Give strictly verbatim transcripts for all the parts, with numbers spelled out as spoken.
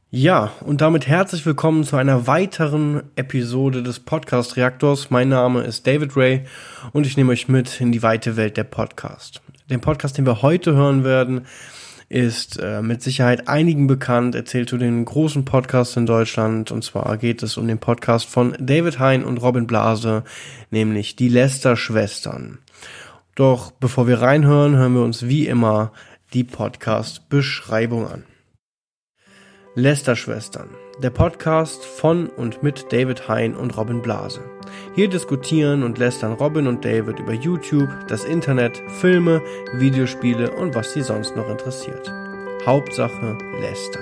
Ja, und damit herzlich willkommen zu einer weiteren Episode des Podcast Reaktors. Mein Name ist David Ray und ich nehme euch mit in die weite Welt der Podcast. Den Podcast, den wir heute hören werden, ist äh, mit Sicherheit einigen bekannt, erzählt zu den großen Podcasts in Deutschland. Und zwar geht es um den Podcast von David Hein und Robin Blase, nämlich die Lästerschwestern. Doch bevor wir reinhören, hören wir uns wie immer die Podcast-Beschreibung an. Lästerschwestern, der Podcast von und mit David Hein und Robin Blase. Hier diskutieren und lästern Robin und David über YouTube, das Internet, Filme, Videospiele und was sie sonst noch interessiert. Hauptsache Lästern.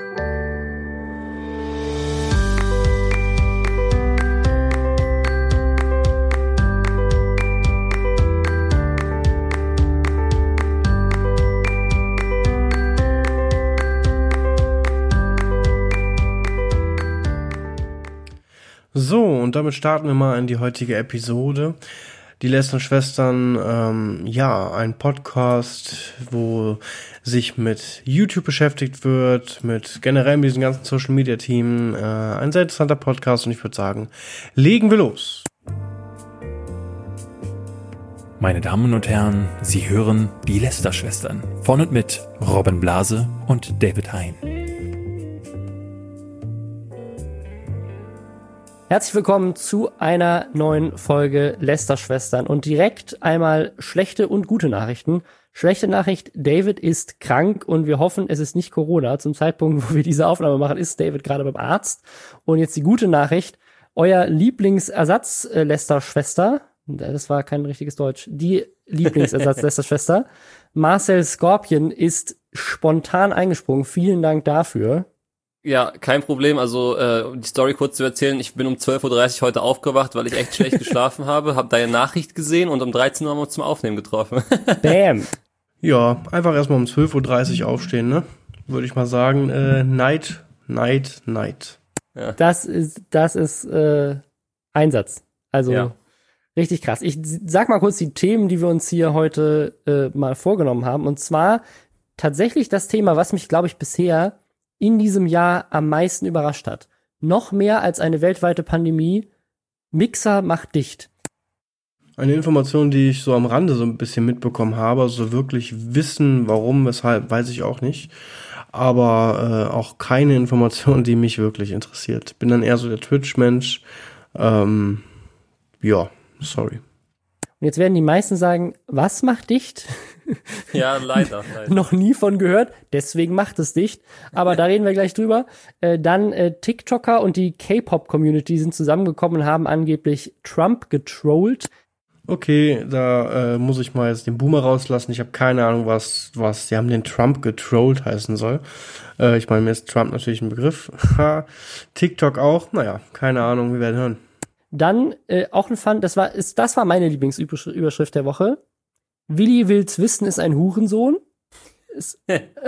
So, und damit starten wir mal in die heutige Episode. Die Lästernschwestern, ähm, ja, ein Podcast, wo sich mit YouTube beschäftigt wird, mit generell mit diesem ganzen Social-Media-Team. Äh, ein sehr interessanter Podcast und ich würde sagen, legen wir los. Meine Damen und Herren, Sie hören die Lästerschwestern von und mit Robin Blase und David Hein. Herzlich willkommen zu einer neuen Folge Lästerschwestern und direkt einmal schlechte und gute Nachrichten. Schlechte Nachricht, David ist krank und wir hoffen, es ist nicht Corona. Zum Zeitpunkt, wo wir diese Aufnahme machen, ist David gerade beim Arzt. Und jetzt die gute Nachricht, euer Lieblingsersatz-Lästerschwester, das war kein richtiges Deutsch, die Lieblingsersatz-Lästerschwester, Marcel Scorpion ist spontan eingesprungen. Vielen Dank dafür. Ja, kein Problem. Also äh, die Story kurz zu erzählen. Ich bin um zwölf Uhr dreißig heute aufgewacht, weil ich echt schlecht geschlafen habe. Hab deine Nachricht gesehen und um dreizehn Uhr haben wir uns zum Aufnehmen getroffen. Bam. Ja, einfach erstmal um zwölf Uhr dreißig aufstehen, ne? Würde ich mal sagen. Äh, Night, Night, Night. Ja. Das ist, das ist äh, Einsatz. Also ja. Richtig krass. Ich sag mal kurz die Themen, die wir uns hier heute äh, mal vorgenommen haben. Und zwar tatsächlich das Thema, was mich, glaube ich, bisher in diesem Jahr am meisten überrascht hat. Noch mehr als eine weltweite Pandemie. Mixer macht dicht. Eine Information, die ich so am Rande so ein bisschen mitbekommen habe, so wirklich wissen, warum, weshalb, weiß ich auch nicht. Aber äh, auch keine Information, die mich wirklich interessiert. Bin dann eher so der Twitch-Mensch. Ähm, ja, sorry. Und jetzt werden die meisten sagen, was macht dicht? Ja, leider, leider. Noch nie von gehört, deswegen macht es dicht. Aber da reden wir gleich drüber. Äh, dann äh, TikToker und die K-Pop-Community sind zusammengekommen und haben angeblich Trump getrollt. Okay, da äh, muss ich mal jetzt den Boomer rauslassen. Ich habe keine Ahnung, was, was, die haben den Trump getrollt heißen soll. Äh, ich meine, mir ist Trump natürlich ein Begriff. TikTok auch, naja, keine Ahnung, wir werden hören. Dann äh, auch ein Fun, das war, ist, das war meine Lieblingsüberschrift der Woche. Willi will's wissen ist ein Hurensohn. Ist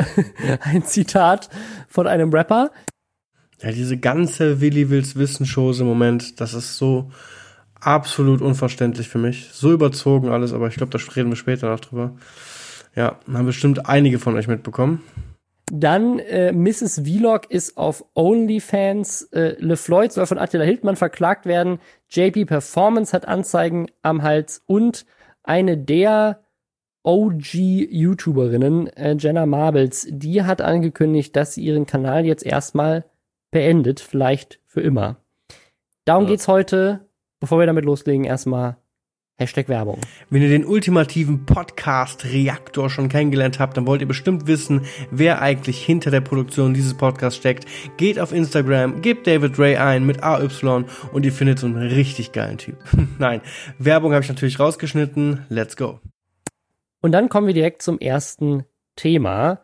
ein Zitat von einem Rapper. Ja, diese ganze Willi will's wissen Chose im Moment, das ist so absolut unverständlich für mich. So überzogen alles, aber ich glaube, da reden wir später noch drüber. Ja, haben bestimmt einige von euch mitbekommen. Dann äh, Misses Vlog ist auf OnlyFans. Äh, LeFloid soll von Attila Hildmann verklagt werden. J P Performance hat Anzeigen am Hals. Und eine der O G-YouTuberinnen, äh, Jenna Marbles, die hat angekündigt, dass sie ihren Kanal jetzt erstmal beendet. Vielleicht für immer. Darum ja. geht's heute. Bevor wir damit loslegen, erstmal Hashtag Werbung. Wenn ihr den ultimativen Podcast-Reaktor schon kennengelernt habt, dann wollt ihr bestimmt wissen, wer eigentlich hinter der Produktion dieses Podcasts steckt. Geht auf Instagram, gebt David Ray ein mit A Y und ihr findet so einen richtig geilen Typ. Nein, Werbung habe ich natürlich rausgeschnitten. Let's go. Und dann kommen wir direkt zum ersten Thema.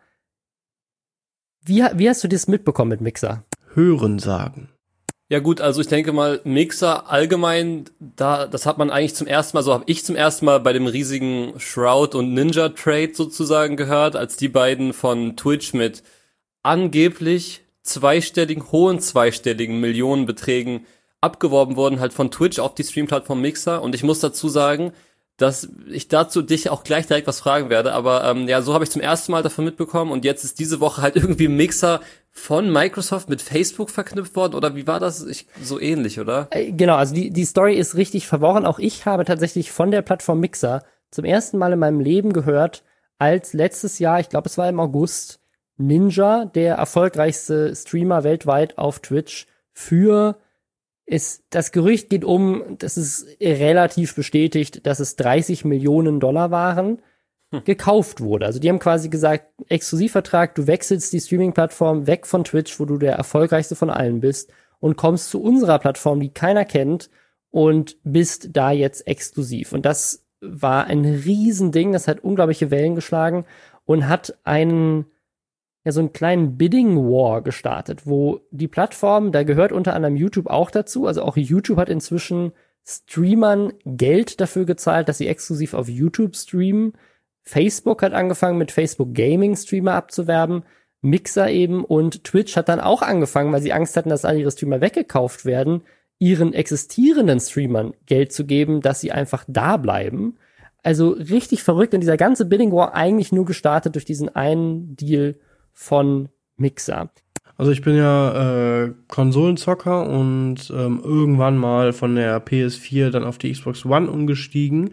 Wie, wie hast du das mitbekommen mit Mixer? Hören sagen. Ja gut, also ich denke mal, Mixer allgemein, da das hat man eigentlich zum ersten Mal, so habe ich zum ersten Mal bei dem riesigen Shroud und Ninja Trade sozusagen gehört, als die beiden von Twitch mit angeblich zweistelligen, hohen zweistelligen Millionenbeträgen abgeworben wurden, halt von Twitch auf die Stream-Plattform Mixer. Und ich muss dazu sagen, dass ich dazu dich auch gleich direkt was fragen werde, aber ähm, ja, so habe ich zum ersten Mal davon mitbekommen und jetzt ist diese Woche halt irgendwie Mixer von Microsoft mit Facebook verknüpft worden, oder wie war das? Ich, so ähnlich, oder? Genau, also die, die Story ist richtig verworren. Auch ich habe tatsächlich von der Plattform Mixer zum ersten Mal in meinem Leben gehört, als letztes Jahr, ich glaube es war im August, Ninja, der erfolgreichste Streamer weltweit auf Twitch, für ist, das Gerücht geht um, das ist relativ bestätigt, dass es dreißig Millionen Dollar waren, hm. gekauft wurde. Also die haben quasi gesagt, Exklusivvertrag, du wechselst die Streaming-Plattform weg von Twitch, wo du der erfolgreichste von allen bist, und kommst zu unserer Plattform, die keiner kennt, und bist da jetzt exklusiv. Und das war ein Riesending, das hat unglaubliche Wellen geschlagen und hat einen ja so einen kleinen Bidding War gestartet, wo die Plattform, da gehört unter anderem YouTube auch dazu, also auch YouTube hat inzwischen Streamern Geld dafür gezahlt, dass sie exklusiv auf YouTube streamen. Facebook hat angefangen, mit Facebook Gaming Streamer abzuwerben, Mixer eben, und Twitch hat dann auch angefangen, weil sie Angst hatten, dass all ihre Streamer weggekauft werden, ihren existierenden Streamern Geld zu geben, dass sie einfach da bleiben. Also richtig verrückt, und dieser ganze Bidding War eigentlich nur gestartet durch diesen einen Deal von Mixer. Also ich bin ja äh, Konsolenzocker und ähm, irgendwann mal von der P S vier dann auf die Xbox One umgestiegen.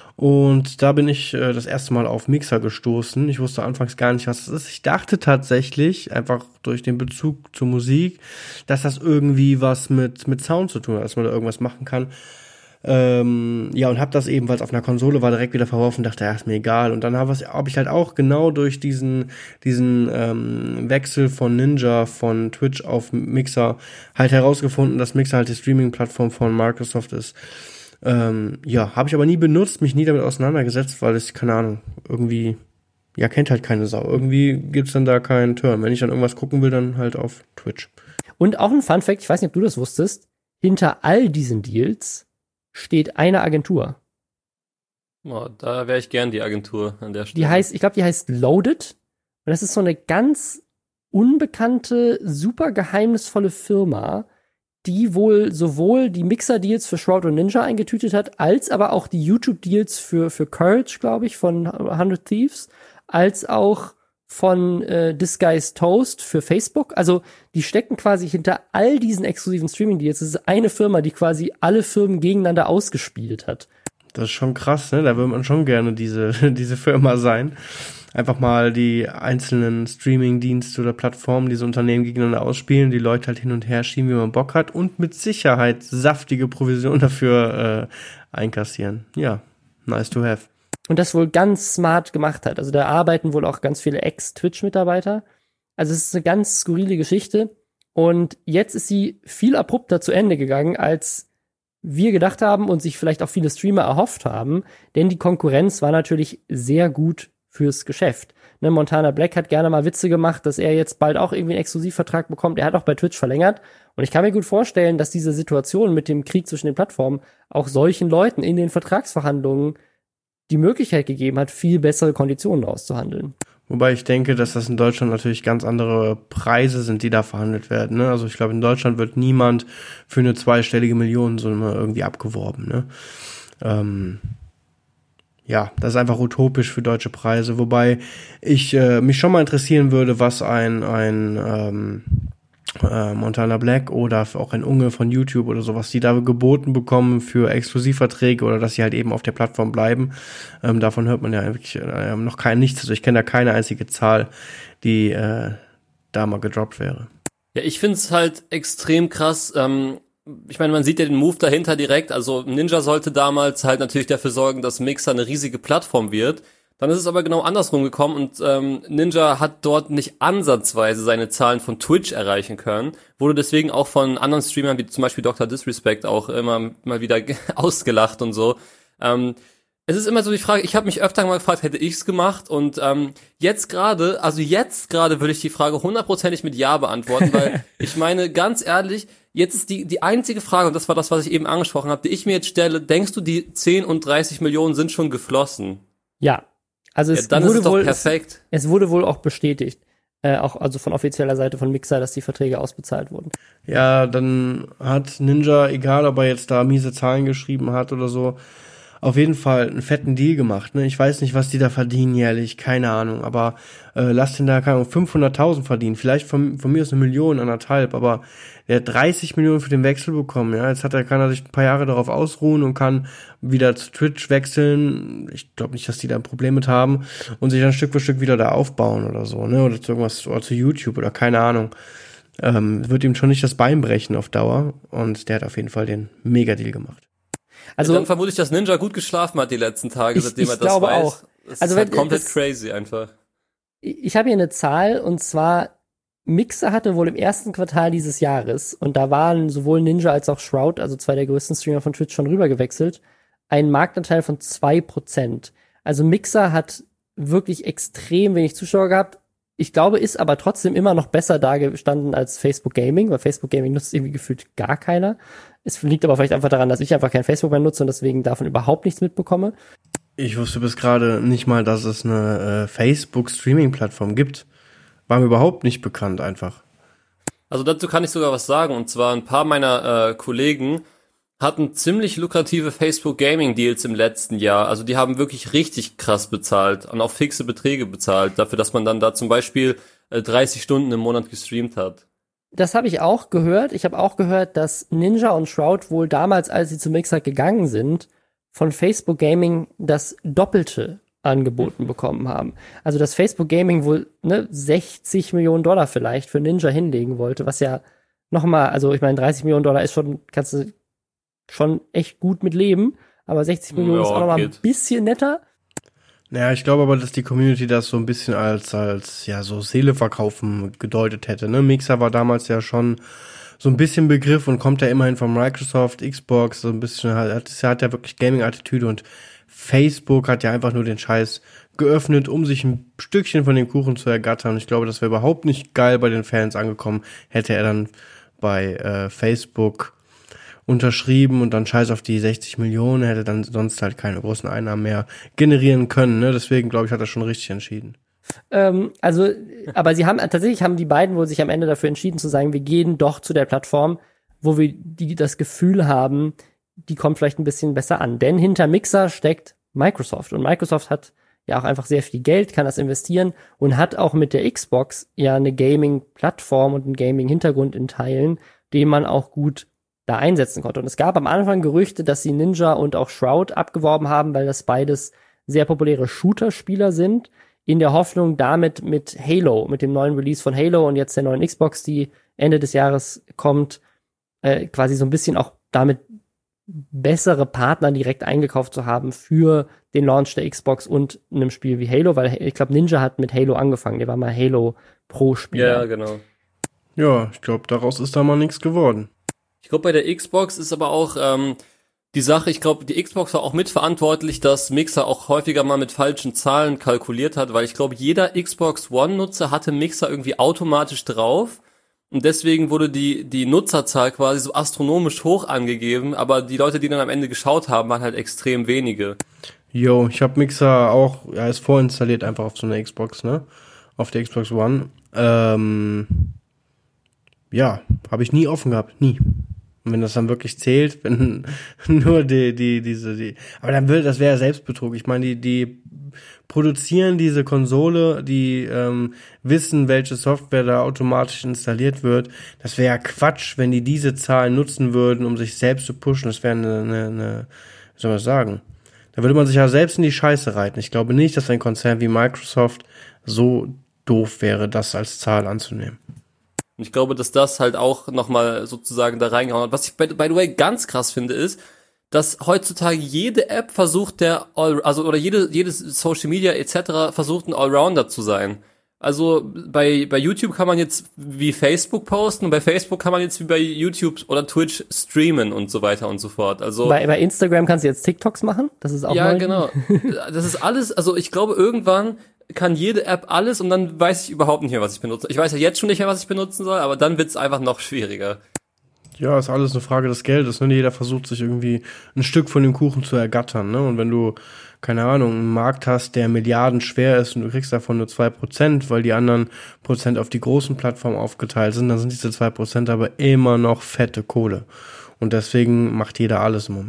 Und da bin ich äh, das erste Mal auf Mixer gestoßen. Ich wusste anfangs gar nicht, was das ist. Ich dachte tatsächlich, einfach durch den Bezug zur Musik, dass das irgendwie was mit mit Sound zu tun hat, dass man da irgendwas machen kann. Ähm, ja, und hab das eben, weil es auf einer Konsole war, direkt wieder verworfen, dachte, ja, ist mir egal. Und dann habe hab ich halt auch genau durch diesen diesen ähm, Wechsel von Ninja von Twitch auf Mixer halt herausgefunden, dass Mixer halt die Streaming-Plattform von Microsoft ist. Ähm, ja, habe ich aber nie benutzt, mich nie damit auseinandergesetzt, weil es, keine Ahnung, irgendwie, ja, kennt halt keine Sau. Irgendwie gibt's dann da keinen Turn. Wenn ich dann irgendwas gucken will, dann halt auf Twitch. Und auch ein Funfact, ich weiß nicht, ob du das wusstest, hinter all diesen Deals steht eine Agentur. Oh, da wäre ich gern die Agentur an der Stelle. Die heißt, ich glaube, die heißt Loaded. Und das ist so eine ganz unbekannte, super geheimnisvolle Firma, die wohl sowohl die Mixer-Deals für Shroud und Ninja eingetütet hat, als aber auch die YouTube-Deals für, für Courage, glaube ich, von hundred Thieves, als auch von äh, Disguised Toast für Facebook. Also die stecken quasi hinter all diesen exklusiven Streaming-Deals. Das ist eine Firma, die quasi alle Firmen gegeneinander ausgespielt hat. Das ist schon krass, ne? Da würde man schon gerne diese diese Firma sein. Einfach mal die einzelnen Streaming-Dienste oder Plattformen, diese Unternehmen gegeneinander ausspielen, die Leute halt hin und her schieben, wie man Bock hat, und mit Sicherheit saftige Provision dafür äh, einkassieren. Ja, nice to have. Und das wohl ganz smart gemacht hat. Also da arbeiten wohl auch ganz viele Ex-Twitch-Mitarbeiter. Also es ist eine ganz skurrile Geschichte. Und jetzt ist sie viel abrupter zu Ende gegangen, als wir gedacht haben und sich vielleicht auch viele Streamer erhofft haben. Denn die Konkurrenz war natürlich sehr gut fürs Geschäft. Ne, Montana Black hat gerne mal Witze gemacht, dass er jetzt bald auch irgendwie einen Exklusivvertrag bekommt. Er hat auch bei Twitch verlängert. Und ich kann mir gut vorstellen, dass diese Situation mit dem Krieg zwischen den Plattformen auch solchen Leuten in den Vertragsverhandlungen die Möglichkeit gegeben hat, viel bessere Konditionen auszuhandeln. Wobei ich denke, dass das in Deutschland natürlich ganz andere Preise sind, die da verhandelt werden. Ne? Also ich glaube, in Deutschland wird niemand für eine zweistellige Millionensumme irgendwie abgeworben. Ne? Ähm, ja, das ist einfach utopisch für deutsche Preise. Wobei ich äh, mich schon mal interessieren würde, was ein ein ähm, äh, Montana Black oder auch ein Unge von YouTube oder sowas, die da geboten bekommen für Exklusivverträge oder dass sie halt eben auf der Plattform bleiben. Ähm, davon hört man ja wirklich äh, noch kein nichts. Also ich kenne da keine einzige Zahl, die äh, da mal gedroppt wäre. Ja, ich find's halt extrem krass. Ähm, ich meine, man sieht ja den Move dahinter direkt. Also Ninja sollte damals halt natürlich dafür sorgen, dass Mixer eine riesige Plattform wird. Dann ist es aber genau andersrum gekommen und ähm, Ninja hat dort nicht ansatzweise seine Zahlen von Twitch erreichen können, wurde deswegen auch von anderen Streamern wie zum Beispiel Doktor Disrespect auch immer mal wieder ausgelacht und so. Ähm, es ist immer so die Frage, ich habe mich öfter mal gefragt, hätte ich's gemacht, und ähm, jetzt gerade, also jetzt gerade würde ich die Frage hundertprozentig mit Ja beantworten, weil ich meine, ganz ehrlich, jetzt ist die die einzige Frage, und das war das, was ich eben angesprochen habe, die ich mir jetzt stelle, denkst du, die zehn und dreißig Millionen sind schon geflossen? Ja. Also es ja, dann wurde ist es doch wohl, perfekt. Es, es wurde wohl auch bestätigt, äh, auch also von offizieller Seite von Mixer, dass die Verträge ausbezahlt wurden. Ja, dann hat Ninja, egal ob er jetzt da miese Zahlen geschrieben hat oder so, auf jeden Fall einen fetten Deal gemacht, ne? Ich weiß nicht, was die da verdienen jährlich, keine Ahnung, aber äh, lass den da, keine Ahnung, fünfhunderttausend verdienen, vielleicht von, von mir ist eine Million, anderthalb, aber der hat dreißig Millionen für den Wechsel bekommen, ja, jetzt hat er, kann er sich ein paar Jahre darauf ausruhen und kann wieder zu Twitch wechseln, ich glaube nicht, dass die da ein Problem mit haben und sich dann Stück für Stück wieder da aufbauen oder so, ne, oder zu irgendwas, oder zu YouTube oder keine Ahnung, ähm, wird ihm schon nicht das Bein brechen auf Dauer und der hat auf jeden Fall den Mega-Deal gemacht. Also ja, dann vermute ich, dass Ninja gut geschlafen hat die letzten Tage, ich, seitdem ich er das glaube weiß. auch. Das also ist wenn, halt komplett das, crazy einfach. Ich habe hier eine Zahl und zwar Mixer hatte wohl im ersten Quartal dieses Jahres und da waren sowohl Ninja als auch Shroud, also zwei der größten Streamer von Twitch, schon rübergewechselt, einen Marktanteil von zwei Prozent. Also Mixer hat wirklich extrem wenig Zuschauer gehabt. Ich glaube, ist aber trotzdem immer noch besser dagestanden als Facebook Gaming, weil Facebook Gaming nutzt irgendwie gefühlt gar keiner. Es liegt aber vielleicht einfach daran, dass ich einfach kein Facebook mehr nutze und deswegen davon überhaupt nichts mitbekomme. Ich wusste bis gerade nicht mal, dass es eine äh, Facebook-Streaming-Plattform gibt. War mir überhaupt nicht bekannt einfach. Also dazu kann ich sogar was sagen. Und zwar ein paar meiner äh, Kollegen hatten ziemlich lukrative Facebook Gaming Deals im letzten Jahr. Also die haben wirklich richtig krass bezahlt und auch fixe Beträge bezahlt, dafür, dass man dann da zum Beispiel äh, dreißig Stunden im Monat gestreamt hat. Das habe ich auch gehört. Ich habe auch gehört, dass Ninja und Shroud wohl damals, als sie zu Mixer gegangen sind, von Facebook Gaming das Doppelte angeboten bekommen haben. Also dass Facebook Gaming wohl ne, sechzig Millionen Dollar vielleicht für Ninja hinlegen wollte, was ja nochmal, also ich meine dreißig Millionen Dollar ist schon, kannst du schon echt gut mit leben, aber sechzig Millionen ja, ist auch nochmal ein geht. bisschen netter. Naja, ich glaube aber, dass die Community das so ein bisschen als, als, ja, so Seele verkaufen gedeutet hätte, ne? Mixer war damals ja schon so ein bisschen Begriff und kommt ja immerhin von Microsoft, Xbox, so ein bisschen, hat, hat ja wirklich Gaming-Attitüde und Facebook hat ja einfach nur den Scheiß geöffnet, um sich ein Stückchen von dem Kuchen zu ergattern. Ich glaube, das wäre überhaupt nicht geil bei den Fans angekommen, hätte er dann bei äh, Facebook unterschrieben und dann scheiß auf die sechzig Millionen, hätte dann sonst halt keine großen Einnahmen mehr generieren können, ne? Deswegen, glaube ich, hat er schon richtig entschieden. Ähm, also, aber sie haben, tatsächlich haben die beiden wohl sich am Ende dafür entschieden zu sagen, wir gehen doch zu der Plattform, wo wir die das Gefühl haben, die kommt vielleicht ein bisschen besser an. Denn hinter Mixer steckt Microsoft und Microsoft hat ja auch einfach sehr viel Geld, kann das investieren und hat auch mit der Xbox ja eine Gaming-Plattform und einen Gaming-Hintergrund in Teilen, den man auch gut da einsetzen konnte. Und es gab am Anfang Gerüchte, dass sie Ninja und auch Shroud abgeworben haben, weil das beides sehr populäre Shooter-Spieler sind, in der Hoffnung damit mit Halo, mit dem neuen Release von Halo und jetzt der neuen Xbox, die Ende des Jahres kommt, äh, quasi so ein bisschen auch damit bessere Partner direkt eingekauft zu haben für den Launch der Xbox und einem Spiel wie Halo, weil ich glaube, Ninja hat mit Halo angefangen, der war mal Halo Pro-Spieler. Ja, genau. Ja, ich glaube, daraus ist da mal nichts geworden. Ich glaube, bei der Xbox ist aber auch ähm, die Sache, ich glaube, die Xbox war auch mitverantwortlich, dass Mixer auch häufiger mal mit falschen Zahlen kalkuliert hat, weil ich glaube, jeder Xbox One-Nutzer hatte Mixer irgendwie automatisch drauf und deswegen wurde die die Nutzerzahl quasi so astronomisch hoch angegeben, aber die Leute, die dann am Ende geschaut haben, waren halt extrem wenige. Jo, ich habe Mixer auch, ja, ist vorinstalliert einfach auf so einer Xbox, ne? Auf der Xbox One. Ähm, ja, habe ich nie offen gehabt, nie. Und wenn das dann wirklich zählt, wenn nur die, die, diese, die, aber dann will, das wäre ja Selbstbetrug. Ich meine, die, die produzieren diese Konsole, die ähm, wissen, welche Software da automatisch installiert wird. Das wäre ja Quatsch, wenn die diese Zahlen nutzen würden, um sich selbst zu pushen. Das wäre eine, eine, eine, wie soll man das sagen? Da würde man sich ja selbst in die Scheiße reiten. Ich glaube nicht, dass ein Konzern wie Microsoft so doof wäre, das als Zahl anzunehmen. Und ich glaube, dass das halt auch nochmal sozusagen da reingehauen hat. Was ich by, by the way ganz krass finde, ist, dass heutzutage jede App versucht, der All, also oder jede jedes Social Media et cetera versucht, ein Allrounder zu sein. Also bei bei YouTube kann man jetzt wie Facebook posten und bei Facebook kann man jetzt wie bei YouTube oder Twitch streamen und so weiter und so fort. Also Bei, bei Instagram kannst du jetzt TikToks machen, das ist auch ja, neu. genau. Das ist alles, also ich glaube, irgendwann kann jede App alles und dann weiß ich überhaupt nicht mehr, was ich benutze. Ich weiß ja jetzt schon nicht mehr, was ich benutzen soll, aber dann wird's einfach noch schwieriger. Ja, ist alles eine Frage des Geldes, ne? Jeder versucht sich irgendwie ein Stück von dem Kuchen zu ergattern, ne? Und wenn du, keine Ahnung, einen Markt hast, der Milliarden schwer ist und du kriegst davon nur zwei Prozent, weil die anderen Prozent auf die großen Plattformen aufgeteilt sind, dann sind diese zwei Prozent aber immer noch fette Kohle. Und deswegen macht jeder alles im Moment.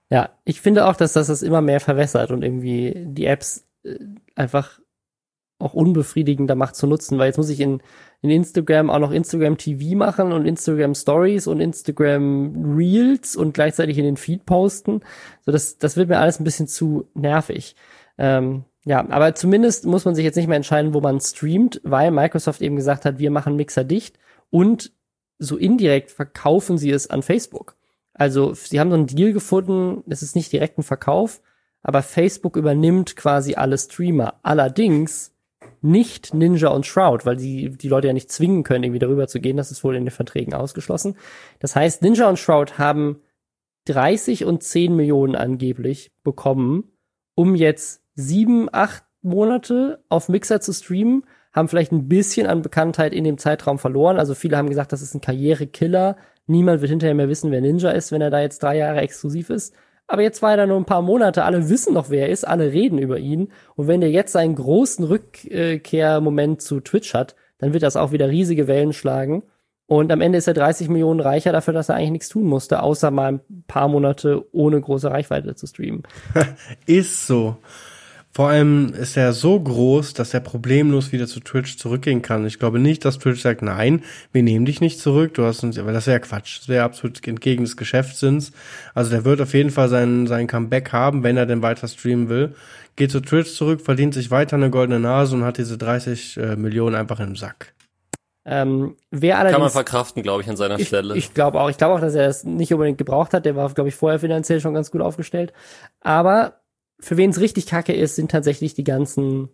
Ja, ich finde auch, dass das das immer mehr verwässert und irgendwie die Apps äh, einfach auch unbefriedigender macht zu nutzen, weil jetzt muss ich in, in Instagram auch noch Instagram T V machen und Instagram Stories und Instagram Reels und gleichzeitig in den Feed posten. So, das, das wird mir alles ein bisschen zu nervig. Ähm, ja, aber zumindest muss man sich jetzt nicht mehr entscheiden, wo man streamt, weil Microsoft eben gesagt hat, wir machen Mixer dicht und so indirekt verkaufen sie es an Facebook. Also, sie haben so einen Deal gefunden, es ist nicht direkt ein Verkauf, aber Facebook übernimmt quasi alle Streamer. Allerdings nicht Ninja und Shroud, weil die, die Leute ja nicht zwingen können, irgendwie darüber zu gehen. Das ist wohl in den Verträgen ausgeschlossen. Das heißt, Ninja und Shroud haben dreißig und zehn Millionen angeblich bekommen, um jetzt sieben, acht Monate auf Mixer zu streamen, haben vielleicht ein bisschen an Bekanntheit in dem Zeitraum verloren. Also viele haben gesagt, das ist ein Karrierekiller. Niemand wird hinterher mehr wissen, wer Ninja ist, wenn er da jetzt drei Jahre exklusiv ist. Aber jetzt war er da nur ein paar Monate, alle wissen noch, wer er ist, alle reden über ihn. Und wenn der jetzt seinen großen Rückkehrmoment zu Twitch hat, dann wird das auch wieder riesige Wellen schlagen. Und am Ende ist er dreißig Millionen reicher dafür, dass er eigentlich nichts tun musste, außer mal ein paar Monate ohne große Reichweite zu streamen. Ist so. Vor allem ist er so groß, dass er problemlos wieder zu Twitch zurückgehen kann. Ich glaube nicht, dass Twitch sagt, nein, wir nehmen dich nicht zurück, du hast uns, weil das wäre Quatsch. Das wäre absolut entgegen des Geschäftssinns. Also der wird auf jeden Fall sein, sein Comeback haben, wenn er denn weiter streamen will. Geht zu Twitch zurück, verdient sich weiter eine goldene Nase und hat diese dreißig äh, Millionen einfach im Sack. Ähm, wer allerdings, Kann man verkraften, glaube ich, an seiner ich, Stelle. Ich glaube auch. Ich glaube auch, dass er das nicht unbedingt gebraucht hat. Der war, glaube ich, vorher finanziell schon ganz gut aufgestellt. Aber für wen es richtig kacke ist, sind tatsächlich die ganzen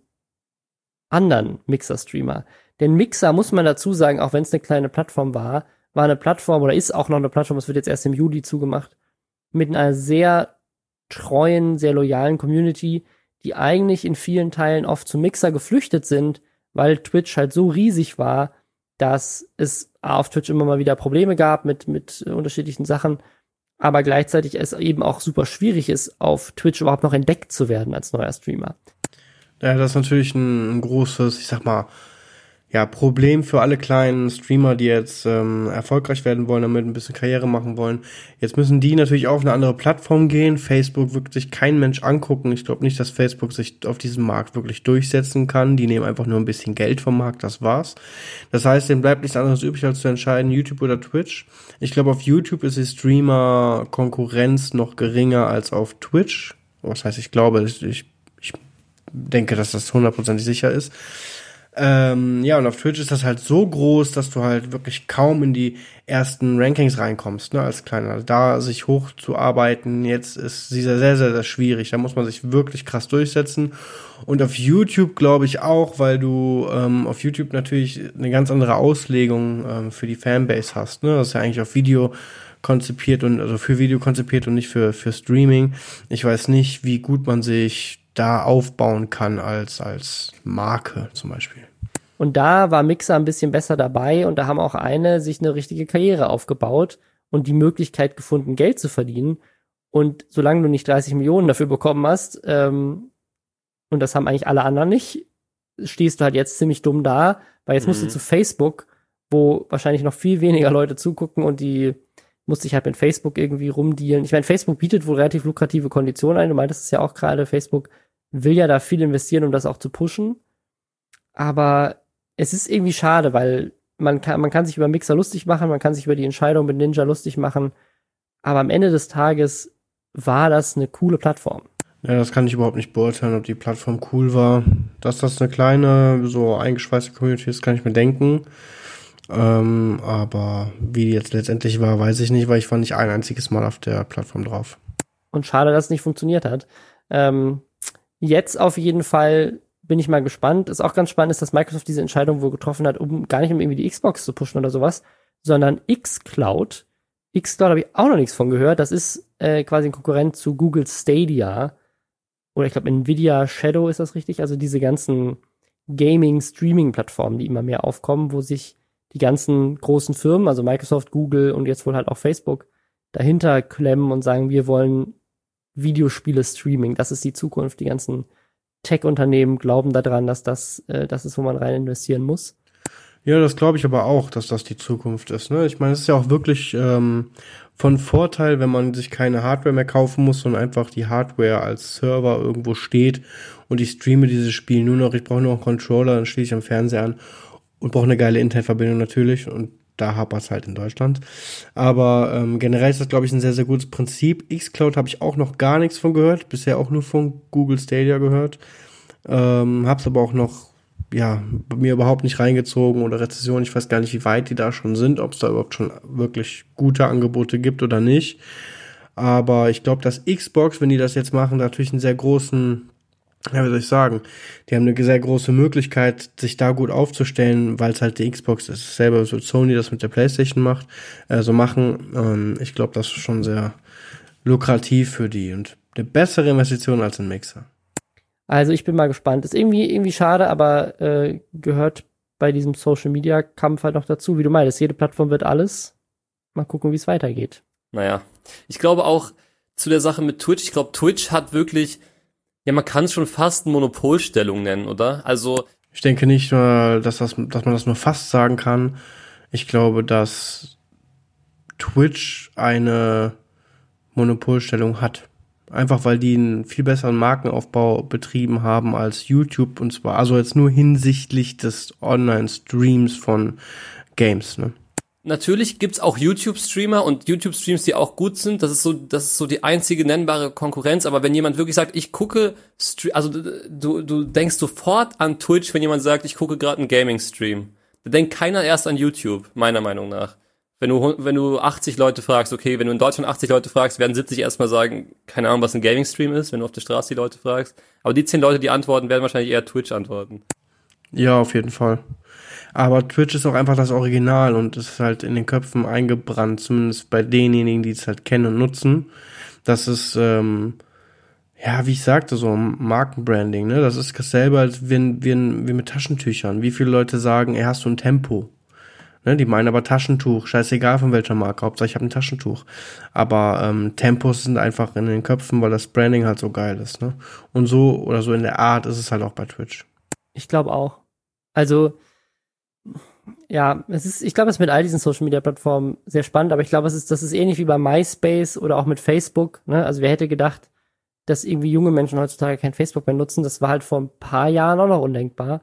anderen Mixer-Streamer. Denn Mixer, muss man dazu sagen, auch wenn es eine kleine Plattform war, war eine Plattform oder ist auch noch eine Plattform, es wird jetzt erst im Juli zugemacht, mit einer sehr treuen, sehr loyalen Community, die eigentlich in vielen Teilen oft zu Mixer geflüchtet sind, weil Twitch halt so riesig war, dass es auf Twitch immer mal wieder Probleme gab mit, mit unterschiedlichen Sachen, aber gleichzeitig es eben auch super schwierig ist, auf Twitch überhaupt noch entdeckt zu werden als neuer Streamer. Ja, das ist natürlich ein, ein großes, ich sag mal, ja, Problem für alle kleinen Streamer, die jetzt ähm, erfolgreich werden wollen, damit ein bisschen Karriere machen wollen. Jetzt müssen die natürlich auf eine andere Plattform gehen. Facebook wird sich kein Mensch angucken. Ich glaube nicht, dass Facebook sich auf diesem Markt wirklich durchsetzen kann. Die nehmen einfach nur ein bisschen Geld vom Markt, das war's. Das heißt, denen bleibt nichts anderes übrig, als zu entscheiden, YouTube oder Twitch. Ich glaube, auf YouTube ist die Streamer-Konkurrenz noch geringer als auf Twitch. Was heißt, ich glaube, ich, ich denke, dass das hundertprozentig sicher ist. Ähm, ja, und auf Twitch ist das halt so groß, dass du halt wirklich kaum in die ersten Rankings reinkommst, ne, als Kleiner. Also da sich hochzuarbeiten, jetzt ist sehr, sehr, sehr, sehr schwierig. Da muss man sich wirklich krass durchsetzen. Und auf YouTube glaube ich auch, weil du ähm, auf YouTube natürlich eine ganz andere Auslegung ähm, für die Fanbase hast, ne. Das ist ja eigentlich auf Video konzipiert und, also für Video konzipiert und nicht für, für Streaming. Ich weiß nicht, wie gut man sich da aufbauen kann als, als Marke zum Beispiel. Und da war Mixer ein bisschen besser dabei und da haben auch eine sich eine richtige Karriere aufgebaut und die Möglichkeit gefunden, Geld zu verdienen. Und solange du nicht dreißig Millionen dafür bekommen hast, ähm, und das haben eigentlich alle anderen nicht, stehst du halt jetzt ziemlich dumm da, weil jetzt mhm. musst du zu Facebook, wo wahrscheinlich noch viel weniger Leute zugucken und die musste ich halt mit Facebook irgendwie rumdealen. Ich meine, Facebook bietet wohl relativ lukrative Konditionen ein. Du meintest es ja auch gerade, Facebook will ja da viel investieren, um das auch zu pushen. Aber es ist irgendwie schade, weil man kann, man kann sich über Mixer lustig machen, man kann sich über die Entscheidung mit Ninja lustig machen. Aber am Ende des Tages war das eine coole Plattform. Ja, das kann ich überhaupt nicht beurteilen, ob die Plattform cool war. Dass das eine kleine, so eingeschweißte Community ist, kann ich mir denken. Ähm, aber wie die jetzt letztendlich war, weiß ich nicht, weil ich war nicht ein einziges Mal auf der Plattform drauf. Und schade, dass es nicht funktioniert hat. Ähm, jetzt auf jeden Fall bin ich mal gespannt. Ist auch ganz spannend, ist, dass Microsoft diese Entscheidung wohl getroffen hat, um gar nicht um irgendwie die Xbox zu pushen oder sowas, sondern xCloud. xCloud habe ich auch noch nichts von gehört. Das ist äh, quasi ein Konkurrent zu Google Stadia. Oder ich glaube Nvidia Shadow ist das richtig. Also diese ganzen Gaming-Streaming-Plattformen, die immer mehr aufkommen, wo sich die ganzen großen Firmen, also Microsoft, Google und jetzt wohl halt auch Facebook, dahinter klemmen und sagen, wir wollen Videospiele-Streaming. Das ist die Zukunft. Die ganzen Tech-Unternehmen glauben daran, dass das äh, das ist, wo man rein investieren muss. Ja, das glaube ich aber auch, dass das die Zukunft ist. Ne? Ich meine, es ist ja auch wirklich ähm, von Vorteil, wenn man sich keine Hardware mehr kaufen muss, sondern einfach die Hardware als Server irgendwo steht und ich streame dieses Spiel nur noch. Ich brauche nur einen Controller, dann schließe ich am Fernseher an und brauche eine geile Internetverbindung natürlich und da hapert es halt in Deutschland. Aber ähm, generell ist das, glaube ich, ein sehr, sehr gutes Prinzip. xCloud habe ich auch noch gar nichts von gehört, bisher auch nur von Google Stadia gehört. Ähm, hab's aber auch noch, ja, bei mir überhaupt nicht reingezogen oder Rezession. Ich weiß gar nicht, wie weit die da schon sind, ob es da überhaupt schon wirklich gute Angebote gibt oder nicht. Aber ich glaube, dass Xbox, wenn die das jetzt machen, natürlich einen sehr großen, ja, wie soll ich sagen, die haben eine sehr große Möglichkeit, sich da gut aufzustellen, weil es halt die Xbox ist, selber so Sony das mit der PlayStation macht, äh, so machen. Ähm, ich glaube, das ist schon sehr lukrativ für die und eine bessere Investition als ein Mixer. Also ich bin mal gespannt. Ist irgendwie irgendwie schade, aber äh, gehört bei diesem Social-Media-Kampf halt noch dazu. Wie du meinst, jede Plattform wird alles. Mal gucken, wie es weitergeht. Naja, ich glaube auch zu der Sache mit Twitch, ich glaube, Twitch hat wirklich, ja, man kann es schon fast eine Monopolstellung nennen, oder? Also ich denke nicht nur, dass, das, dass man das nur fast sagen kann. Ich glaube, dass Twitch eine Monopolstellung hat. Einfach weil die einen viel besseren Markenaufbau betrieben haben als YouTube. Und zwar also jetzt nur hinsichtlich des Online-Streams von Games, ne? Natürlich gibt's auch YouTube-Streamer und YouTube-Streams, die auch gut sind. Das ist so, das ist so die einzige nennbare Konkurrenz. Aber wenn jemand wirklich sagt, ich gucke, also du, du denkst sofort an Twitch, wenn jemand sagt, ich gucke gerade einen Gaming-Stream. Da denkt keiner erst an YouTube, meiner Meinung nach. Wenn du, wenn du achtzig Leute fragst, okay, wenn du in Deutschland achtzig Leute fragst, werden siebzig erstmal sagen, keine Ahnung, was ein Gaming-Stream ist, wenn du auf der Straße die Leute fragst. Aber die zehn Leute, die antworten, werden wahrscheinlich eher Twitch antworten. Ja, auf jeden Fall. Aber Twitch ist auch einfach das Original und ist halt in den Köpfen eingebrannt, zumindest bei denjenigen, die es halt kennen und nutzen. Das ist, ähm, ja, wie ich sagte, so Markenbranding, ne? Das ist dasselbe, als wie, wie, wie mit Taschentüchern. Wie viele Leute sagen, ey, hast du ein Tempo? Ne? Die meinen aber Taschentuch, scheißegal von welcher Marke, Hauptsache ich habe ein Taschentuch. Aber ähm, Tempos sind einfach in den Köpfen, weil das Branding halt so geil ist, ne? Und so oder so in der Art ist es halt auch bei Twitch. Ich glaube auch. Also ja, es ist, ich glaube, es ist mit all diesen Social-Media-Plattformen sehr spannend, aber ich glaube, es ist, das ist ähnlich wie bei MySpace oder auch mit Facebook, ne? Also wer hätte gedacht, dass irgendwie junge Menschen heutzutage kein Facebook mehr nutzen? Das war halt vor ein paar Jahren auch noch undenkbar.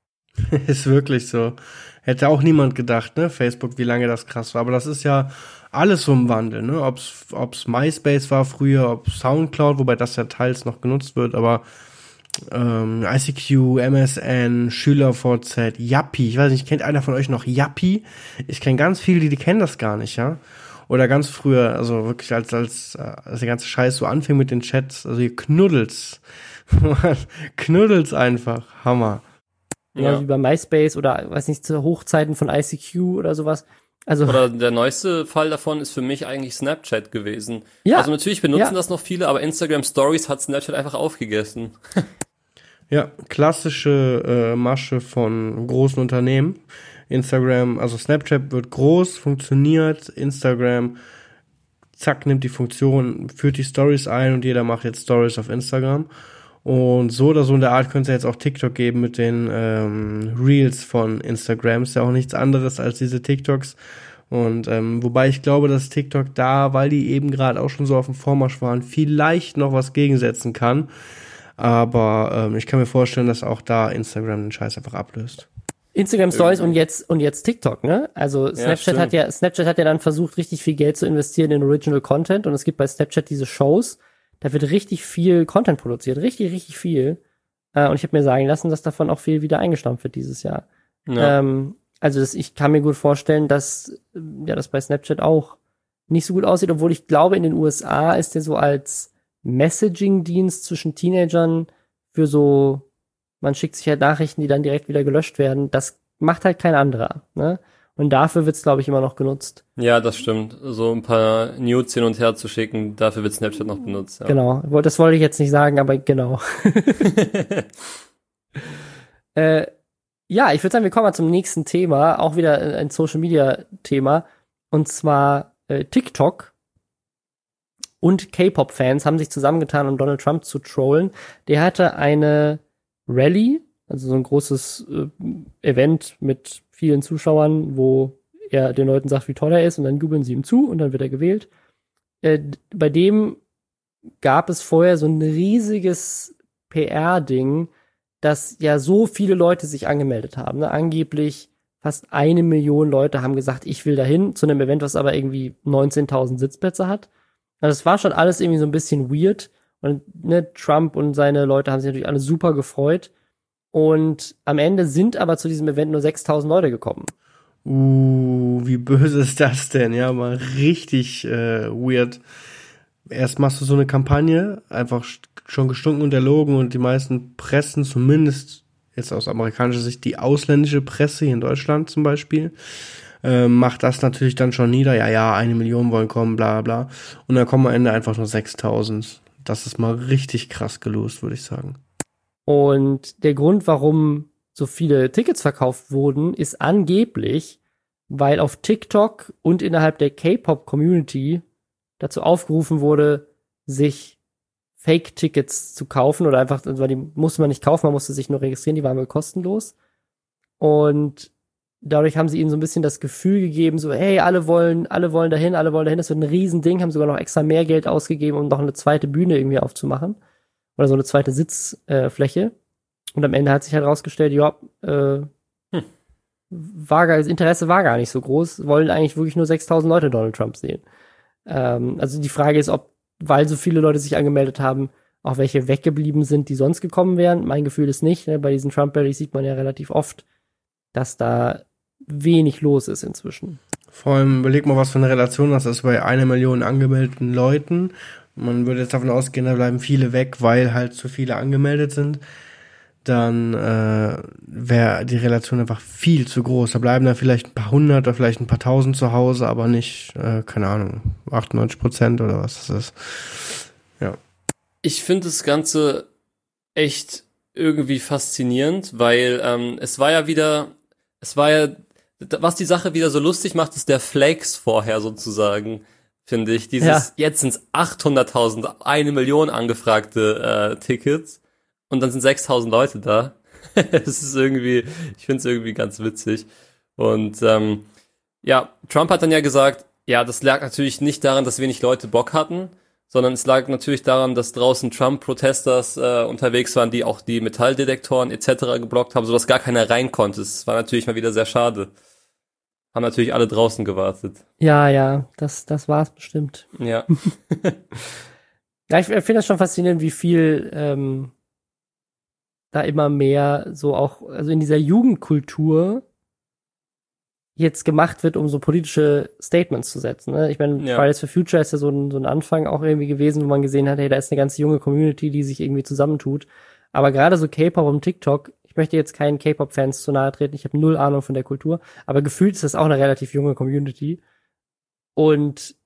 Ist wirklich so. Hätte auch niemand gedacht, ne? Facebook, wie lange das krass war. Aber das ist ja alles so im Wandel, ne? Ob's, ob's MySpace war früher, ob Soundcloud, wobei das ja teils noch genutzt wird, aber ähm, I C Q, M S N, SchülerVZ, Yappi. Ich weiß nicht, kennt einer von euch noch Yappi? Ich kenne ganz viele, die, die kennen das gar nicht, ja? Oder ganz früher, also wirklich als, als, als der ganze Scheiß so anfing mit den Chats, also ihr Knuddels. Knuddels einfach. Hammer. Ja, Ja. wie bei MySpace oder, weiß nicht, zu Hochzeiten von I C Q oder sowas. Also, Oder der neueste Fall davon ist für mich eigentlich Snapchat gewesen. Ja. Also natürlich benutzen Ja. das noch viele, aber Instagram Stories hat Snapchat einfach aufgegessen. Ja, klassische äh, Masche von großen Unternehmen. Instagram, also Snapchat wird groß, funktioniert, Instagram, zack, nimmt die Funktion, führt die Stories ein und jeder macht jetzt Stories auf Instagram. Und so oder so in der Art könnte es jetzt auch TikTok geben mit den ähm, Reels von Instagram. Ist ja auch nichts anderes als diese TikToks. Und ähm, wobei ich glaube, dass TikTok da, weil die eben gerade auch schon so auf dem Vormarsch waren, vielleicht noch was gegensetzen kann. Aber ähm, ich kann mir vorstellen, dass auch da Instagram den Scheiß einfach ablöst. Instagram Stories und jetzt und jetzt TikTok, ne? Also Snapchat stimmt. hat ja Snapchat hat ja dann versucht, richtig viel Geld zu investieren in Original Content und es gibt bei Snapchat diese Shows, da wird richtig viel Content produziert, richtig richtig viel. Äh, und ich habe mir sagen lassen, dass davon auch viel wieder eingestampft wird dieses Jahr. Ja. Ähm, also das, ich kann mir gut vorstellen, dass ja das bei Snapchat auch nicht so gut aussieht, obwohl ich glaube, in den U S A ist der so als Messaging-Dienst zwischen Teenagern für so, man schickt sich halt Nachrichten, die dann direkt wieder gelöscht werden. Das macht halt kein anderer, ne? Und dafür wird's, glaube ich, immer noch genutzt. Ja, das stimmt. So ein paar Nudes hin und her zu schicken, dafür wird Snapchat noch benutzt. Ja. Genau. Das wollte ich jetzt nicht sagen, aber genau. äh, ja, ich würde sagen, wir kommen mal zum nächsten Thema. Auch wieder ein Social-Media-Thema. Und zwar äh, TikTok und K-Pop-Fans haben sich zusammengetan, um Donald Trump zu trollen. Der hatte eine Rallye, also so ein großes äh, Event mit vielen Zuschauern, wo er den Leuten sagt, wie toll er ist und dann jubeln sie ihm zu und dann wird er gewählt. Äh, bei dem gab es vorher so ein riesiges P R-Ding, dass ja so viele Leute sich angemeldet haben. Ne? Angeblich fast eine Million Leute haben gesagt, ich will dahin, zu einem Event, was aber irgendwie neunzehntausend Sitzplätze hat. Also es war schon alles irgendwie so ein bisschen weird. Und ne, Trump und seine Leute haben sich natürlich alle super gefreut. Und am Ende sind aber zu diesem Event nur sechstausend Leute gekommen. Uh, wie böse ist das denn? Ja, mal richtig äh, weird. Erst machst du so eine Kampagne, einfach schon gestunken und erlogen und die meisten Pressen, zumindest jetzt aus amerikanischer Sicht, die ausländische Presse hier in Deutschland zum Beispiel, äh, macht das natürlich dann schon nieder. Ja, ja, eine Million wollen kommen, bla bla. Und dann kommen am Ende einfach nur sechstausend. Das ist mal richtig krass gelost, würde ich sagen. Und der Grund, warum so viele Tickets verkauft wurden, ist angeblich, weil auf TikTok und innerhalb der K-Pop-Community dazu aufgerufen wurde, sich Fake-Tickets zu kaufen oder einfach, weil die musste man nicht kaufen, man musste sich nur registrieren, die waren wohl kostenlos. Und dadurch haben sie ihnen so ein bisschen das Gefühl gegeben, so, hey, alle wollen, alle wollen dahin, alle wollen dahin, das wird ein Riesending, haben sogar noch extra mehr Geld ausgegeben, um noch eine zweite Bühne irgendwie aufzumachen. Oder so eine zweite Sitzfläche. Äh, Und am Ende hat sich halt rausgestellt, ja, äh, hm. war gar, das Interesse war gar nicht so groß, wollen eigentlich wirklich nur sechstausend Leute Donald Trump sehen. Ähm, also die Frage ist, ob, weil so viele Leute sich angemeldet haben, auch welche weggeblieben sind, die sonst gekommen wären. Mein Gefühl ist nicht, ne? Bei diesen Trump-Rallys sieht man ja relativ oft, dass da wenig los ist inzwischen. Vor allem, überleg mal, was für eine Relation das ist bei einer Million angemeldeten Leuten. Man würde jetzt davon ausgehen, da bleiben viele weg, weil halt zu viele angemeldet sind. Dann äh, wäre die Relation einfach viel zu groß. Da bleiben dann vielleicht ein paar hundert oder vielleicht ein paar tausend zu Hause, aber nicht, äh, keine Ahnung, achtundneunzig Prozent oder was das ist. Ja. Ich finde das Ganze echt irgendwie faszinierend, weil ähm, es war ja wieder, es war ja, was die Sache wieder so lustig macht, ist der Flex vorher sozusagen, finde ich. Dieses, ja. Jetzt sind es achthunderttausend, eine Million angefragte äh, Tickets. Und dann sind sechstausend Leute da. Es ist irgendwie, ich finde es irgendwie ganz witzig. Und ähm, ja, Trump hat dann ja gesagt, ja, das lag natürlich nicht daran, dass wenig Leute Bock hatten, sondern es lag natürlich daran, dass draußen Trump-Protesters äh, unterwegs waren, die auch die Metalldetektoren et cetera geblockt haben, sodass gar keiner rein konnte. Das war natürlich mal wieder sehr schade. Haben natürlich alle draußen gewartet. Ja, ja, das, das war's bestimmt. Ja. Ja, ich finde das schon faszinierend, wie viel ähm, da immer mehr so auch, also in dieser Jugendkultur jetzt gemacht wird, um so politische Statements zu setzen. Ne? Ich meine, ja. Fridays for Future ist ja so ein, so ein Anfang auch irgendwie gewesen, wo man gesehen hat, hey, da ist eine ganze junge Community, die sich irgendwie zusammentut. Aber gerade so K-Pop und TikTok, ich möchte jetzt keinen K-Pop-Fans zu nahe treten, ich habe null Ahnung von der Kultur, aber gefühlt ist das auch eine relativ junge Community. Und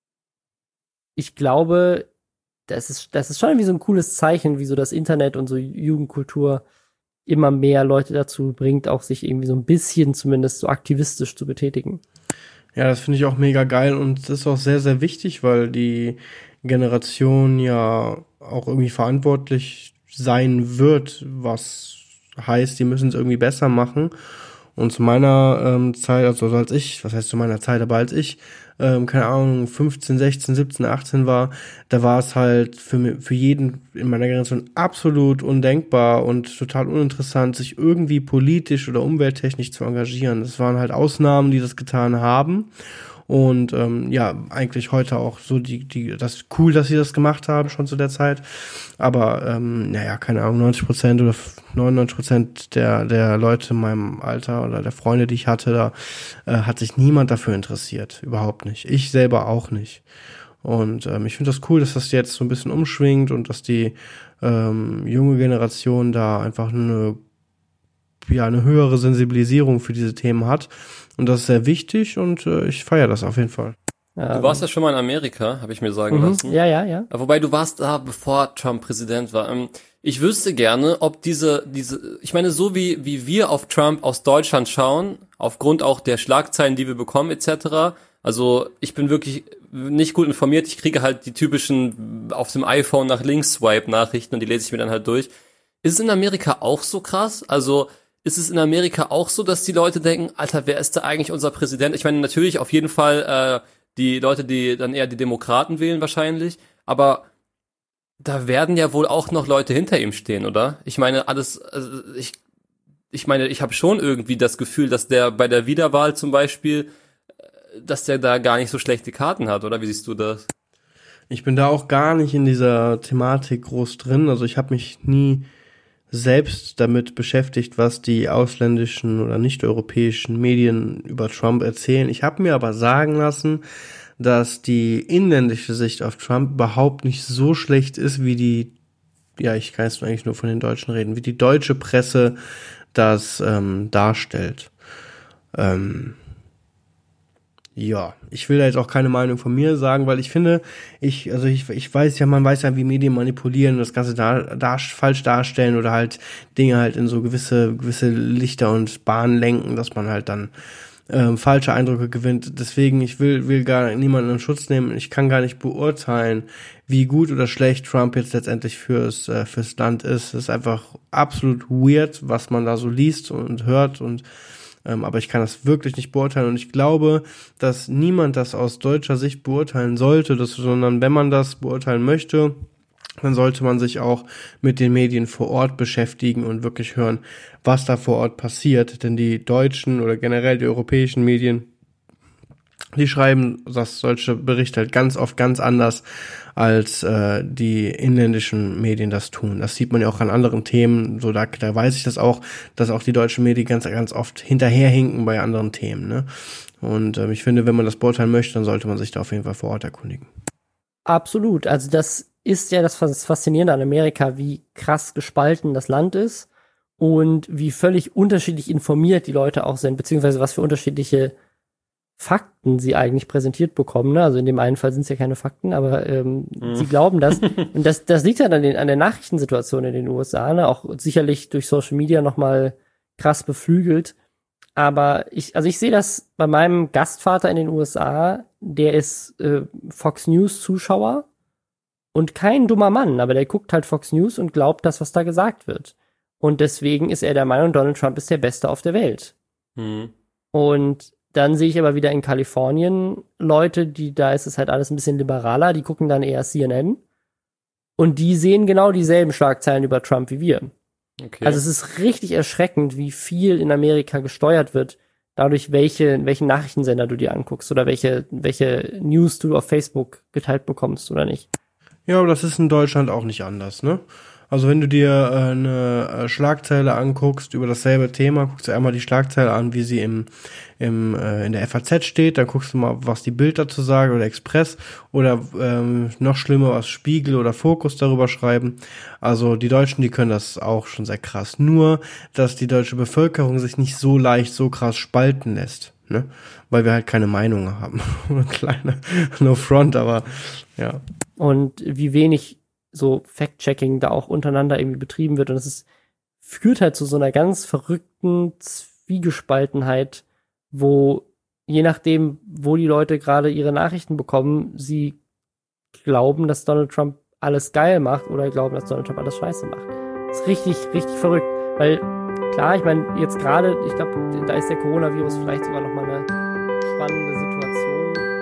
ich glaube, das ist, das ist schon irgendwie so ein cooles Zeichen, wie so das Internet und so Jugendkultur immer mehr Leute dazu bringt, auch sich irgendwie so ein bisschen zumindest so aktivistisch zu betätigen. Ja, das finde ich auch mega geil und das ist auch sehr, sehr wichtig, weil die Generation ja auch irgendwie verantwortlich sein wird, was heißt, die müssen es irgendwie besser machen. Und zu meiner ähm, Zeit, also als ich, was heißt zu meiner Zeit, aber als ich, ähm, keine Ahnung, fünfzehn, sechzehn, siebzehn, achtzehn war, da war es halt für, für jeden in meiner Generation absolut undenkbar und total uninteressant, sich irgendwie politisch oder umwelttechnisch zu engagieren. Es waren halt Ausnahmen, die das getan haben. Und ähm, ja, eigentlich heute auch so die, die, das ist cool, dass sie das gemacht haben, schon zu der Zeit. Aber ähm, naja, keine Ahnung, neunzig Prozent oder neunundneunzig Prozent der der Leute in meinem Alter oder der Freunde, die ich hatte, da äh, hat sich niemand dafür interessiert. Überhaupt nicht. Ich selber auch nicht. Und ähm, ich finde das cool, dass das jetzt so ein bisschen umschwingt und dass die ähm, junge Generation da einfach eine ja eine höhere Sensibilisierung für diese Themen hat. Und das ist sehr wichtig und äh, ich feiere das auf jeden Fall. Du warst ja schon mal in Amerika, habe ich mir sagen mhm. lassen. Ja, ja, ja. Wobei du warst da, bevor Trump Präsident war. Ich wüsste gerne, ob diese, diese, ich meine, so wie wie wir auf Trump aus Deutschland schauen, aufgrund auch der Schlagzeilen, die wir bekommen et cetera. Also ich bin wirklich nicht gut informiert. Ich kriege halt die typischen auf dem iPhone nach links Swipe Nachrichten und die lese ich mir dann halt durch. Ist es in Amerika auch so krass? Also ist es in Amerika auch so, dass die Leute denken, Alter, wer ist da eigentlich unser Präsident? Ich meine, natürlich auf jeden Fall äh, die Leute, die dann eher die Demokraten wählen wahrscheinlich, aber da werden ja wohl auch noch Leute hinter ihm stehen, oder? Ich meine, alles, also ich, ich meine, ich habe schon irgendwie das Gefühl, dass der bei der Wiederwahl zum Beispiel, dass der da gar nicht so schlechte Karten hat, oder? Wie siehst du das? Ich bin da auch gar nicht in dieser Thematik groß drin. Also ich habe mich nie selbst damit beschäftigt, was die ausländischen oder nicht-europäischen Medien über Trump erzählen. Ich habe mir aber sagen lassen, dass die inländische Sicht auf Trump überhaupt nicht so schlecht ist, wie die, ja, ich kann jetzt eigentlich nur von den Deutschen reden, wie die deutsche Presse das ähm, darstellt. Ähm, ja, ich will da jetzt auch keine Meinung von mir sagen, weil ich finde, ich, also ich, ich weiß ja, man weiß ja, wie Medien manipulieren und das Ganze da, da falsch darstellen oder halt Dinge halt in so gewisse, gewisse Lichter und Bahnen lenken, dass man halt dann ähm, falsche Eindrücke gewinnt. Deswegen, ich will, will gar niemanden in Schutz nehmen. Ich kann gar nicht beurteilen, wie gut oder schlecht Trump jetzt letztendlich fürs, äh, fürs Land ist. Es ist einfach absolut weird, was man da so liest und hört und Ähm, aber ich kann das wirklich nicht beurteilen und ich glaube, dass niemand das aus deutscher Sicht beurteilen sollte, dass, sondern wenn man das beurteilen möchte, dann sollte man sich auch mit den Medien vor Ort beschäftigen und wirklich hören, was da vor Ort passiert, denn die deutschen oder generell die europäischen Medien, die schreiben das solche Berichte halt ganz oft ganz anders, als äh, die inländischen Medien das tun. Das sieht man ja auch an anderen Themen. So da, da weiß ich das auch, dass auch die deutschen Medien ganz ganz oft hinterherhinken bei anderen Themen. Ne? Und äh, ich finde, wenn man das beurteilen möchte, dann sollte man sich da auf jeden Fall vor Ort erkundigen. Absolut. Also das ist ja das Faszinierende an Amerika, wie krass gespalten das Land ist und wie völlig unterschiedlich informiert die Leute auch sind, beziehungsweise was für unterschiedliche Fakten sie eigentlich präsentiert bekommen. Ne? Also in dem einen Fall sind es ja keine Fakten, aber ähm, mhm. sie glauben das. Und das, das liegt dann an, den, an der Nachrichtensituation in den U S A, ne? Auch sicherlich durch Social Media nochmal krass beflügelt. Aber ich, also ich sehe das bei meinem Gastvater in den U S A, der ist äh, Fox News Zuschauer und kein dummer Mann, aber der guckt halt Fox News und glaubt das, was da gesagt wird. Und deswegen ist er der Meinung, Donald Trump ist der Beste auf der Welt. Mhm. Und dann sehe ich aber wieder in Kalifornien Leute, die, da ist es halt alles ein bisschen liberaler, die gucken dann eher C N N und die sehen genau dieselben Schlagzeilen über Trump wie wir. Okay. Also es ist richtig erschreckend, wie viel in Amerika gesteuert wird, dadurch, welche, welchen Nachrichtensender du dir anguckst oder welche, welche News du auf Facebook geteilt bekommst oder nicht. Ja, aber das ist in Deutschland auch nicht anders, ne? Also wenn du dir äh, eine äh, Schlagzeile anguckst über dasselbe Thema, guckst du einmal die Schlagzeile an, wie sie im, im äh, in der F A Z steht, dann guckst du mal, was die Bild dazu sagt oder Express oder ähm, noch schlimmer, was Spiegel oder Fokus darüber schreiben. Also die Deutschen, die können das auch schon sehr krass. Nur, dass die deutsche Bevölkerung sich nicht so leicht, so krass spalten lässt, ne? Weil wir halt keine Meinung haben. Kleine No Front, aber ja. Und wie wenig so Fact-Checking da auch untereinander irgendwie betrieben wird. Und es ist, führt halt zu so einer ganz verrückten Zwiegespaltenheit, wo je nachdem, wo die Leute gerade ihre Nachrichten bekommen, sie glauben, dass Donald Trump alles geil macht oder glauben, dass Donald Trump alles scheiße macht. Das ist richtig, richtig verrückt. Weil, klar, ich meine, jetzt gerade, ich glaube, da ist der Coronavirus vielleicht sogar noch mal eine spannende Situation.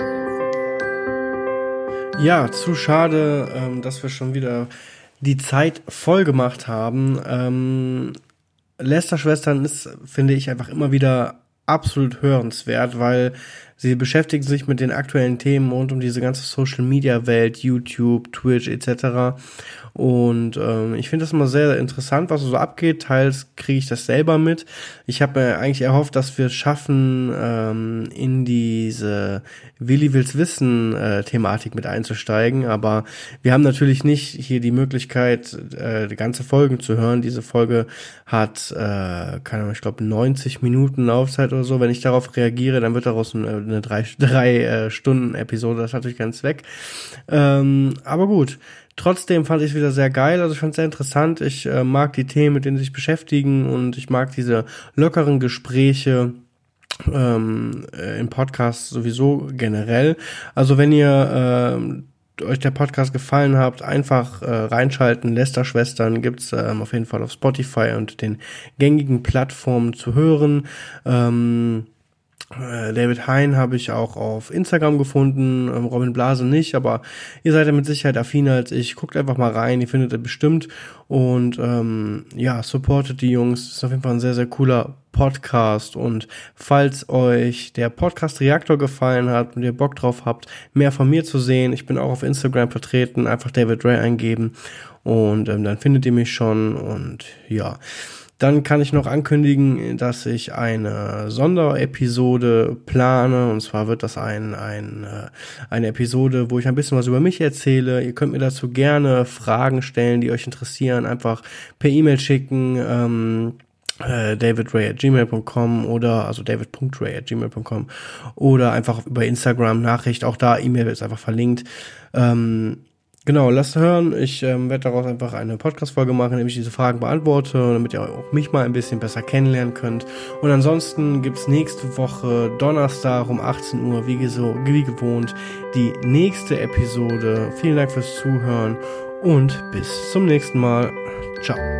Ja, zu schade, ähm, dass wir schon wieder die Zeit voll gemacht haben. Ähm, Lästerschwestern ist, finde ich, einfach immer wieder absolut hörenswert, weil sie beschäftigen sich mit den aktuellen Themen rund um diese ganze Social-Media-Welt, YouTube, Twitch et cetera. Und ähm, ich finde das immer sehr interessant, was so abgeht. Teils kriege ich das selber mit. Ich habe mir eigentlich erhofft, dass wir es schaffen, ähm, in diese Willi will's wissen äh, Thematik mit einzusteigen. Aber wir haben natürlich nicht hier die Möglichkeit, äh, die ganze Folgen zu hören. Diese Folge hat, äh, keine Ahnung, ich glaube neunzig Minuten Laufzeit oder so. Wenn ich darauf reagiere, dann wird daraus eine, eine drei, drei äh, Stunden Episode. Das ist natürlich ganz weg. Ähm, aber gut. Trotzdem fand ich es wieder sehr geil, also ich fand es sehr interessant. Ich äh, mag die Themen, mit denen sie sich beschäftigen und ich mag diese lockeren Gespräche ähm, äh, im Podcast sowieso generell. Also wenn ihr äh, euch der Podcast gefallen hat, einfach äh, reinschalten. Lästerschwestern gibt's ähm, auf jeden Fall auf Spotify und den gängigen Plattformen zu hören. Ähm, David Hein habe ich auch auf Instagram gefunden, Robin Blase nicht, aber ihr seid ja mit Sicherheit affiner als ich. Guckt einfach mal rein, ihr findet es bestimmt und ähm, ja, supportet die Jungs. Das ist auf jeden Fall ein sehr, sehr cooler Podcast und falls euch der Podcast Reaktor gefallen hat und ihr Bock drauf habt, mehr von mir zu sehen, ich bin auch auf Instagram vertreten, einfach David Ray eingeben und ähm, dann findet ihr mich schon und ja. Dann kann ich noch ankündigen, dass ich eine Sonderepisode plane. Und zwar wird das ein, ein, eine Episode, wo ich ein bisschen was über mich erzähle. Ihr könnt mir dazu gerne Fragen stellen, die euch interessieren. Einfach per E-Mail schicken. Ähm, davidray at gmail punkt com oder also david.ray at gmail punkt com oder einfach über Instagram Nachricht. Auch da E-Mail ist einfach verlinkt. Ähm, Genau, lasst hören. Ich ähm, werde daraus einfach eine Podcast-Folge machen, in der ich diese Fragen beantworte, damit ihr auch mich mal ein bisschen besser kennenlernen könnt. Und ansonsten gibt's nächste Woche Donnerstag um achtzehn Uhr, wie, so, wie gewohnt, die nächste Episode. Vielen Dank fürs Zuhören und bis zum nächsten Mal. Ciao.